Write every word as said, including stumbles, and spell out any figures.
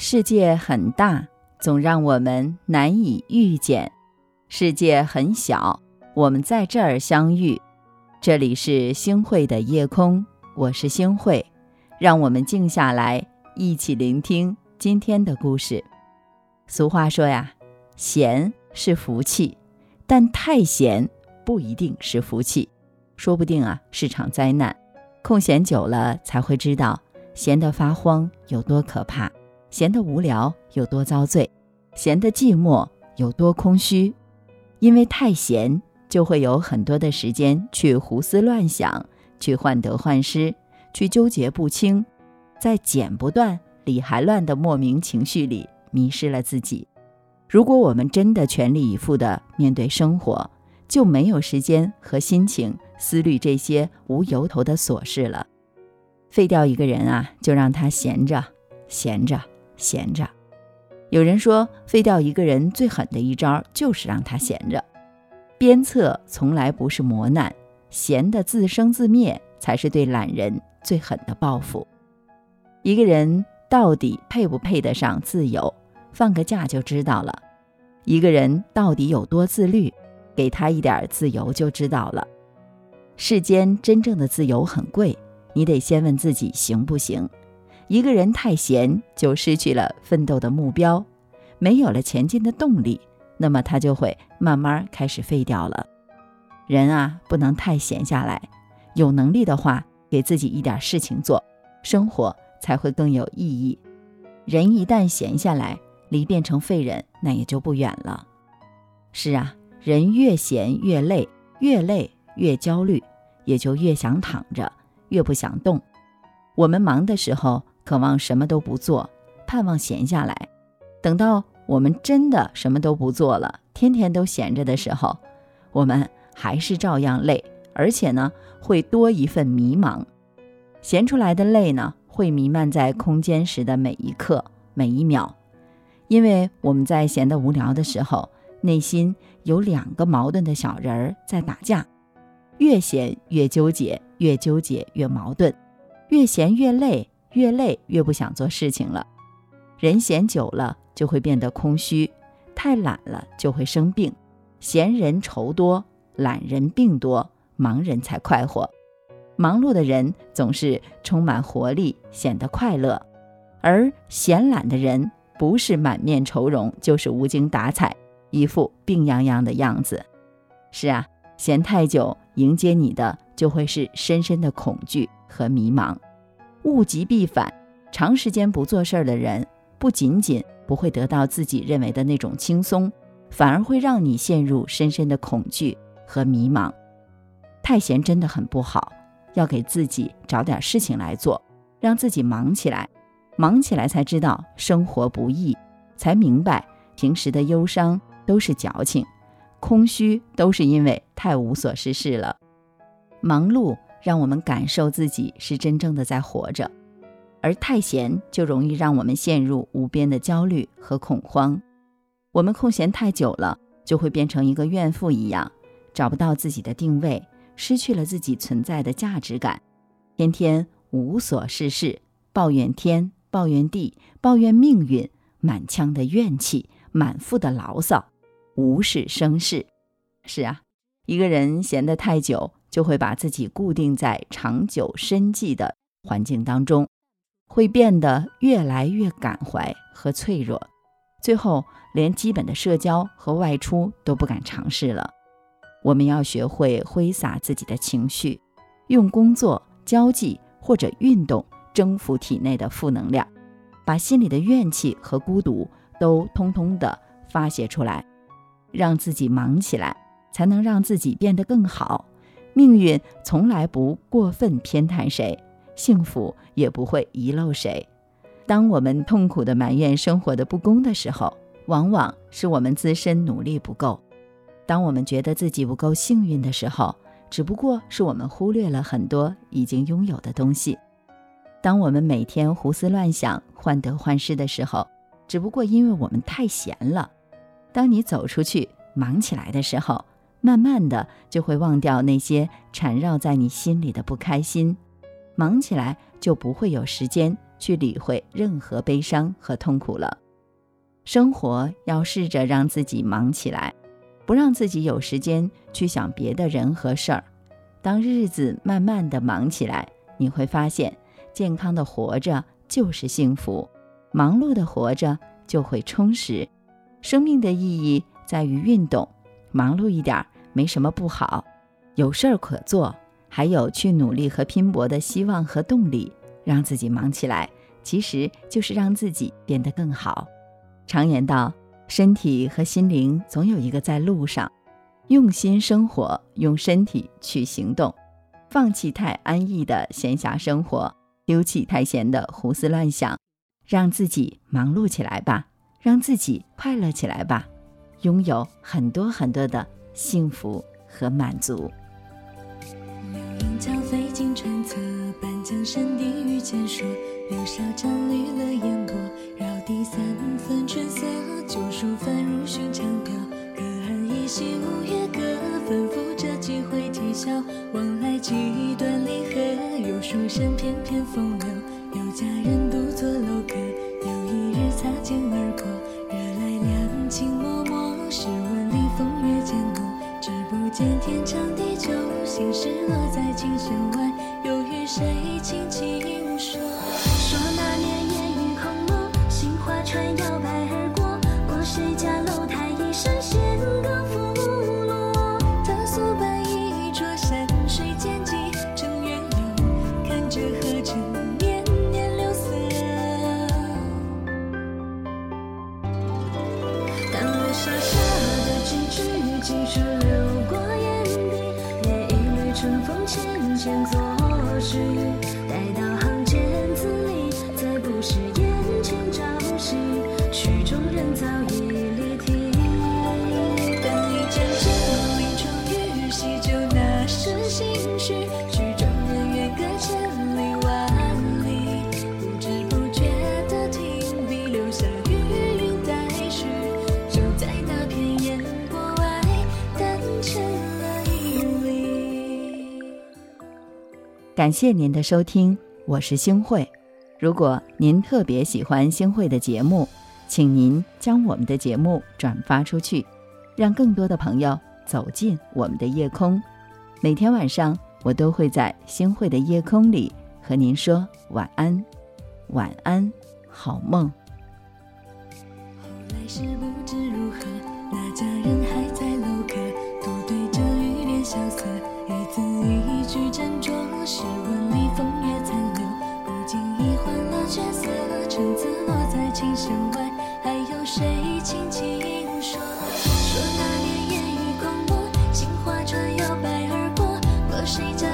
世界很大，总让我们难以遇见；世界很小，我们在这儿相遇。这里是星慧的夜空，我是星慧，让我们静下来，一起聆听今天的故事。俗话说呀，闲是福气，但太闲不一定是福气，说不定啊是场灾难。空闲久了才会知道，闲得发慌有多可怕，闲得无聊有多遭罪，闲得寂寞有多空虚。因为太闲，就会有很多的时间去胡思乱想，去患得患失，去纠结不清，在剪不断理还乱的莫名情绪里迷失了自己。如果我们真的全力以赴地面对生活，就没有时间和心情思虑这些无由头的琐事了。废掉一个人啊，就让他闲着闲着闲着。有人说，废掉一个人最狠的一招就是让他闲着。鞭策从来不是磨难，闲的自生自灭才是对懒人最狠的报复。一个人到底配不配得上自由，放个假就知道了。一个人到底有多自律，给他一点自由就知道了。世间真正的自由很贵，你得先问自己行不行。一个人太闲，就失去了奋斗的目标，没有了前进的动力，那么他就会慢慢开始废掉了。人啊，不能太闲下来，有能力的话，给自己一点事情做，生活才会更有意义。人一旦闲下来，离变成废人那也就不远了。是啊，人越闲越累，越累越焦虑，也就越想躺着，越不想动。我们忙的时候渴望什么都不做，盼望闲下来，等到我们真的什么都不做了，天天都闲着的时候，我们还是照样累，而且呢会多一份迷茫。闲出来的累呢，会弥漫在空间时的每一刻每一秒。因为我们在闲得无聊的时候，内心有两个矛盾的小人儿在打架，越闲越纠结，越纠结越矛盾，越闲越累，越累越不想做事情了。人闲久了就会变得空虚，太懒了就会生病。闲人愁多，懒人病多，忙人才快活。忙碌的人总是充满活力，显得快乐，而闲懒的人不是满面愁容，就是无精打采，一副病怏怏的样子。是啊，闲太久，迎接你的就会是深深的恐惧和迷茫。物极必反，长时间不做事的人，不仅仅不会得到自己认为的那种轻松，反而会让你陷入深深的恐惧和迷茫。太闲真的很不好，要给自己找点事情来做，让自己忙起来。忙起来才知道生活不易，才明白平时的忧伤都是矫情，空虚都是因为太无所事事了。忙碌让我们感受自己是真正的在活着，而太闲就容易让我们陷入无边的焦虑和恐慌。我们空闲太久了，就会变成一个怨妇一样，找不到自己的定位，失去了自己存在的价值感，天天无所事事，抱怨天抱怨地，抱怨命运，满腔的怨气，满腹的牢骚，无事生事。是啊，一个人闲得太久，就会把自己固定在长久深寂的环境当中，会变得越来越感怀和脆弱，最后连基本的社交和外出都不敢尝试了。我们要学会挥洒自己的情绪，用工作、交际或者运动征服体内的负能量，把心里的怨气和孤独都通通的发泄出来，让自己忙起来，才能让自己变得更好。命运从来不过分偏袒谁，幸福也不会遗漏谁。当我们痛苦地埋怨生活的不公的时候，往往是我们自身努力不够。当我们觉得自己不够幸运的时候，只不过是我们忽略了很多已经拥有的东西。当我们每天胡思乱想、患得患失的时候，只不过因为我们太闲了。当你走出去忙起来的时候，慢慢的就会忘掉那些缠绕在你心里的不开心，忙起来就不会有时间去理会任何悲伤和痛苦了。生活要试着让自己忙起来，不让自己有时间去想别的人和事儿。当日子慢慢的忙起来，你会发现健康的活着就是幸福，忙碌的活着就会充实。生命的意义在于运动，忙碌一点没什么不好，有事儿可做，还有去努力和拼搏的希望和动力。让自己忙起来，其实就是让自己变得更好。常言道，身体和心灵总有一个在路上，用心生活，用身体去行动，放弃太安逸的闲暇生活，丢弃太闲的胡思乱想，让自己忙碌起来吧，让自己快乐起来吧，拥有很多很多的幸福和满足。 流云桥飞尽川侧，半江山地遇见说，流沙沾绿了烟波，绕地三分春色，旧书翻入寻常调，隔岸依稀五月歌，吩咐着几回啼笑，往来几段离合，有书生翩翩风流，有佳人独坐楼阁，有一日擦肩而过，惹来两情脉脉，试问里风月渐浓，只不见天长地久，心事落在琴弦外，又与谁轻轻说。说那年烟雨空蒙，杏花船摇摆而过，过谁家楼台一声弦歌拂落，他素伴一桌山水间际，正月流，看着河城年年流色。当了沙沙的几句，几处流过眼底，也一缕春风浅浅作序，待到行间字里，再不是眼前朝夕，曲中人早已离题。当一阵阵林窗雨，细酒那时心绪，曲中人远隔千里万里，不知不觉的停笔，留下余韵待续，就在那片烟波外，淡成了一粒。 感谢您的收听，我是星慧。如果您特别喜欢星慧的节目，请您将我们的节目转发出去，让更多的朋友走进我们的夜空。每天晚上，我都会在星慧的夜空里和您说晚安，晚安，好梦。 后来是不知如何，那家人还在楼阁，独对着雨帘萧瑟，一字一句斟酌，试问里风月残留，不经意换了角色，橙子落在琴弦外，还有谁轻轻说。说那年烟雨空蒙，杏花船摇摆而过，过谁家